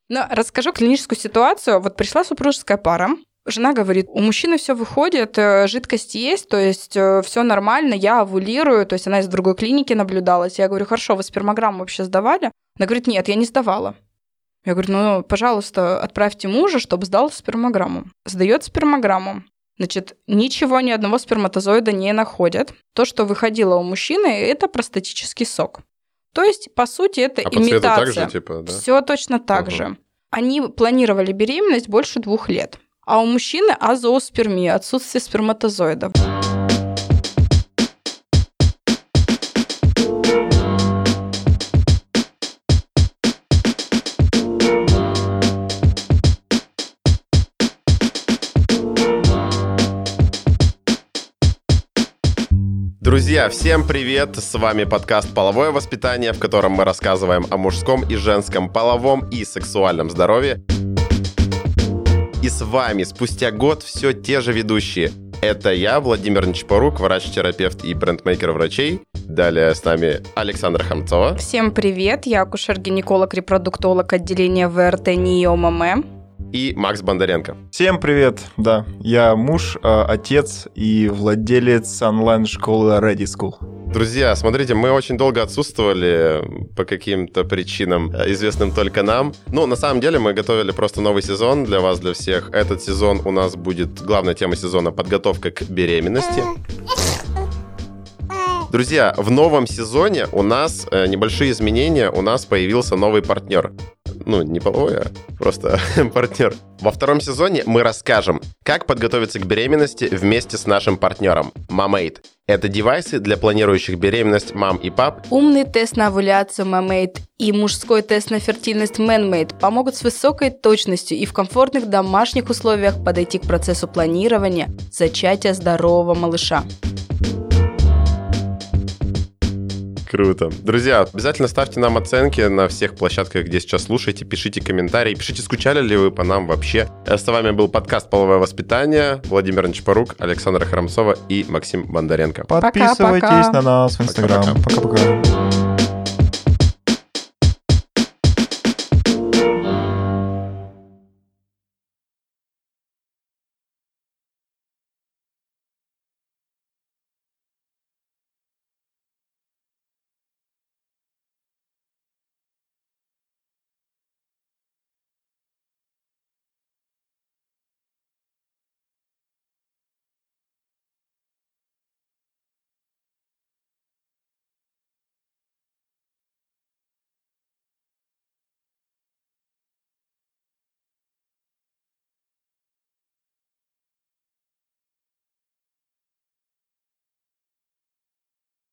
Но расскажу клиническую ситуацию. Вот пришла супружеская пара. Жена говорит, у мужчины все выходит, жидкость есть, то есть все нормально, я овулирую, то есть она из другой клиники наблюдалась. Я говорю, хорошо, вы спермограмму вообще сдавали? Она говорит, нет, я не сдавала. Я говорю, ну, пожалуйста, отправьте мужа, чтобы сдал спермограмму. Сдает спермограмму. Значит, ничего, ни одного сперматозоида не находят. То, что выходило у мужчины, это простатический сок. То есть, по сути, это имитация. По цвету так же, типа, да? Все точно так же. Они планировали беременность больше 2 лет. А у мужчины азооспермия, отсутствие сперматозоидов. Друзья, всем привет! С вами подкаст «Половое воспитание», в котором мы рассказываем о мужском и женском половом и сексуальном здоровье. И с вами спустя год все те же ведущие. Это я, Владимир Нечапорук, врач-терапевт и брендмейкер врачей. Далее с нами Александра Хамцова. Всем привет! Я акушер-гинеколог, репродуктолог отделения ВРТ НИИ ОММ. И Макс Бондаренко. Всем привет, да, я муж, отец и владелец онлайн-школы Ready School. Друзья, смотрите, мы очень долго отсутствовали по каким-то причинам, известным только нам. Ну, на самом деле, мы готовили просто новый сезон для вас, для всех. Этот сезон у нас будет, главная тема сезона — подготовка к беременности. Друзья, в новом сезоне у нас небольшие изменения, у нас появился новый партнер. Ну, не половой, а просто партнер. Во втором сезоне мы расскажем, как подготовиться к беременности вместе с нашим партнером Mamate. Это девайсы для планирующих беременность мам и пап. Умный тест на овуляцию Mamate и мужской тест на фертильность ManMate помогут с высокой точностью и в комфортных домашних условиях подойти к процессу планирования зачатия здорового малыша. Круто. Друзья, обязательно ставьте нам оценки на всех площадках, где сейчас слушаете, пишите комментарии, пишите, скучали ли вы по нам вообще. С вами был подкаст «Половое воспитание». Владимир Нечапорук, Александра Храмцова и Максим Бондаренко. Подписывайтесь на нас в Инстаграм. Пока-пока.